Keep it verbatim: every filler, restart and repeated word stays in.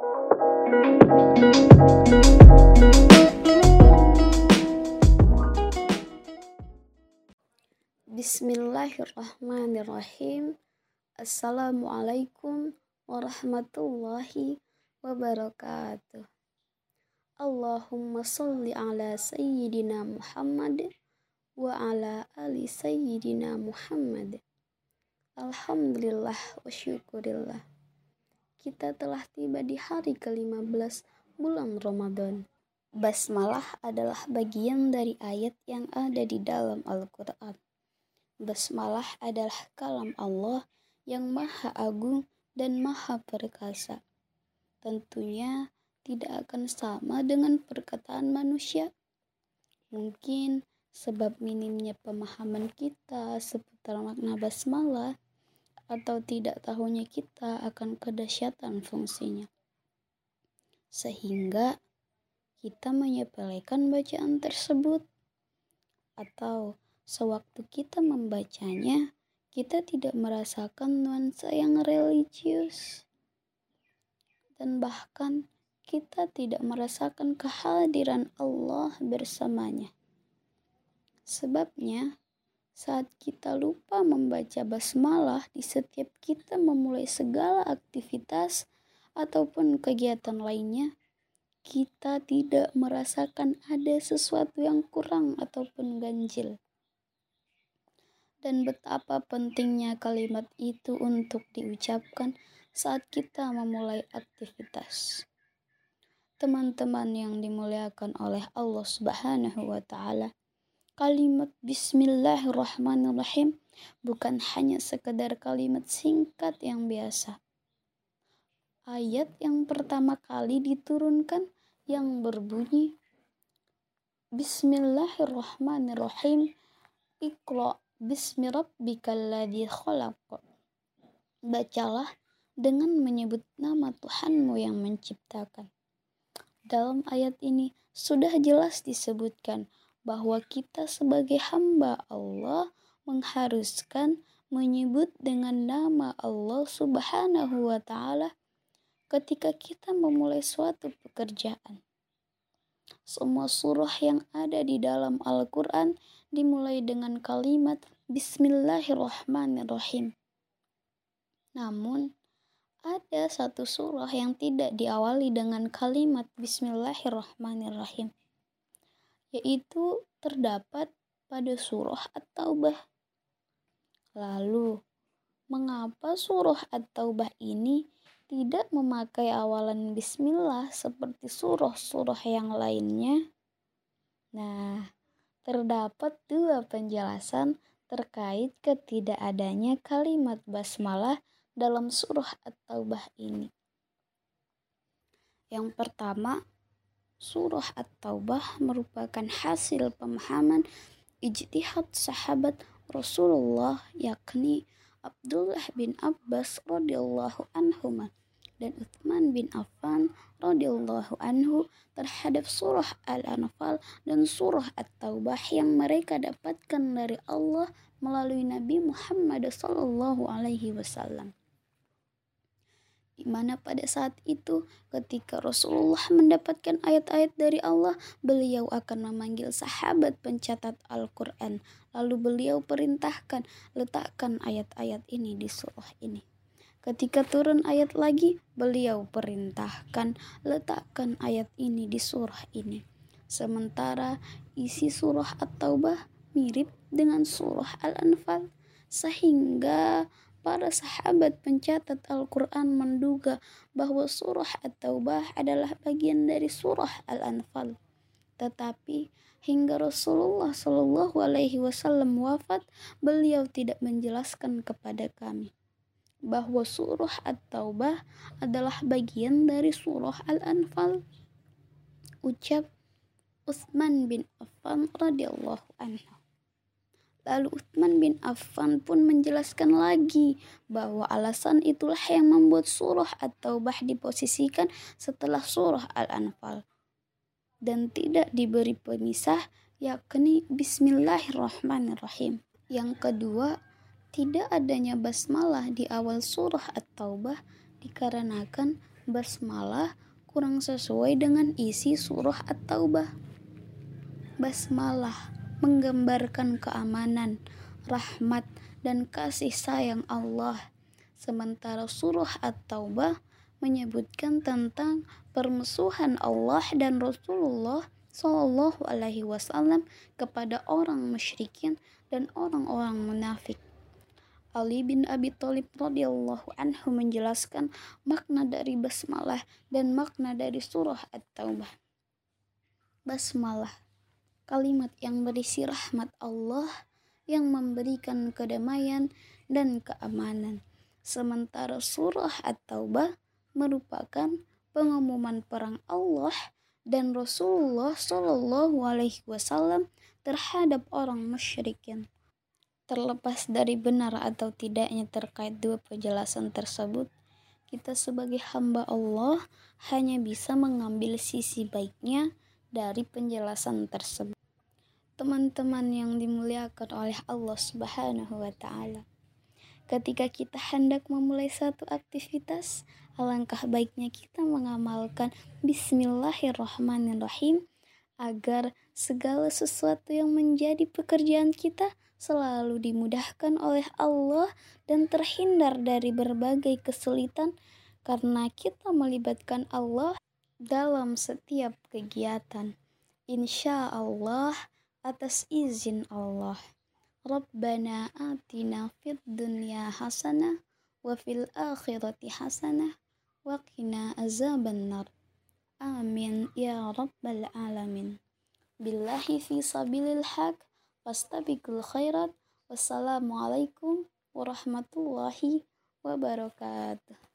Bismillahirrahmanirrahim. Assalamualaikum warahmatullahi wabarakatuh. Allahumma salli ala sayyidina Muhammad wa ala ali sayyidina Muhammad. Alhamdulillah wa syukurillah. Kita telah tiba di hari kelima belas bulan Ramadan. Basmalah adalah bagian dari ayat yang ada di dalam Al-Quran. Basmalah adalah kalam Allah yang maha agung dan maha perkasa. Tentunya tidak akan sama dengan perkataan manusia. Mungkin sebab minimnya pemahaman kita seputar makna basmalah atau tidak tahunya kita akan kedahsyatan fungsinya, sehingga kita menyepelekan bacaan tersebut, atau sewaktu kita membacanya kita tidak merasakan nuansa yang religius, dan bahkan kita tidak merasakan kehadiran Allah bersamanya. Sebabnya saat kita lupa membaca basmalah di setiap kita memulai segala aktivitas ataupun kegiatan lainnya, kita tidak merasakan ada sesuatu yang kurang ataupun ganjil. Dan betapa pentingnya kalimat itu untuk diucapkan saat kita memulai aktivitas. Teman-teman yang dimuliakan oleh Allah Subhanahu wa Ta'ala, kalimat Bismillahirrahmanirrahim bukan hanya sekedar kalimat singkat yang biasa. Ayat yang pertama kali diturunkan yang berbunyi Bismillahirrahmanirrahim, Iqra bismi rabbikal ladzi khalaq. Bacalah dengan menyebut nama Tuhanmu yang menciptakan. Dalam ayat ini sudah jelas disebutkan bahwa kita sebagai hamba Allah mengharuskan menyebut dengan nama Allah Subhanahu wa Ta'ala ketika kita memulai suatu pekerjaan. Semua surah yang ada di dalam Al-Quran dimulai dengan kalimat Bismillahirrahmanirrahim. Namun, ada satu surah yang tidak diawali dengan kalimat Bismillahirrahmanirrahim, yaitu terdapat pada surah At-Taubah. Lalu, mengapa surah At-Taubah ini tidak memakai awalan bismillah seperti surah-surah yang lainnya? Nah, terdapat dua penjelasan terkait ketidakadanya kalimat basmalah dalam surah At-Taubah ini. Yang pertama, surah At-Taubah merupakan hasil pemahaman ijtihad sahabat Rasulullah, yakni Abdullah bin Abbas radhiyallahu anhuma dan Utsman bin Affan radhiyallahu anhu terhadap surah Al-Anfal dan surah At-Taubah yang mereka dapatkan dari Allah melalui Nabi Muhammad sallallahu alaihi wasallam. Di mana pada saat itu ketika Rasulullah mendapatkan ayat-ayat dari Allah, beliau akan memanggil sahabat pencatat Al-Quran. Lalu beliau perintahkan, letakkan ayat-ayat ini di surah ini. Ketika turun ayat lagi, beliau perintahkan, letakkan ayat ini di surah ini. Sementara isi surah At-Taubah mirip dengan surah Al-Anfal, sehingga para sahabat pencatat Al-Quran menduga bahwa surah At-Taubah adalah bagian dari surah Al-Anfal. Tetapi hingga Rasulullah Shallallahu Alaihi Wasallam wafat, beliau tidak menjelaskan kepada kami bahwa surah At-Taubah adalah bagian dari surah Al-Anfal. Ucap Utsman bin Affan radhiyallahu anhu. Lalu Utsman bin Affan pun menjelaskan lagi bahwa alasan itulah yang membuat surah At-Taubah diposisikan setelah surah Al-Anfal dan tidak diberi pemisah, yakni Bismillahirrahmanirrahim. Yang kedua, tidak adanya basmalah di awal surah At-Taubah dikarenakan basmalah kurang sesuai dengan isi surah At-Taubah. Basmalah menggambarkan keamanan, rahmat, dan kasih sayang Allah. Sementara surah At-Taubah menyebutkan tentang permusuhan Allah dan Rasulullah Shallallahu Alaihi Wasallam kepada orang musyrikin dan orang-orang munafik. Ali bin Abi Thalib radhiyallahu anhu menjelaskan makna dari basmalah dan makna dari surah At-Taubah. Basmalah, kalimat yang berisi rahmat Allah yang memberikan kedamaian dan keamanan. Sementara surah At-Taubah merupakan pengumuman perang Allah dan Rasulullah Shallallahu Alaihi Wasallam terhadap orang musyrikin. Terlepas dari benar atau tidaknya terkait dua penjelasan tersebut, kita sebagai hamba Allah hanya bisa mengambil sisi baiknya dari penjelasan tersebut. Teman-teman yang dimuliakan oleh Allah Subhanahu wa Ta'ala, ketika kita hendak memulai satu aktivitas, alangkah baiknya kita mengamalkan Bismillahirrahmanirrahim agar segala sesuatu yang menjadi pekerjaan kita selalu dimudahkan oleh Allah dan terhindar dari berbagai kesulitan karena kita melibatkan Allah dalam setiap kegiatan. Insya Allah atas izin Allah. Rabbana atina fid dunya hasanah wa fil akhirati hasanah wa qina azabannar. Amin ya rabbal alamin. Billahi fi sabilil haq wastabiqul khairat. Wassalamualaikum warahmatullahi wabarakatuh.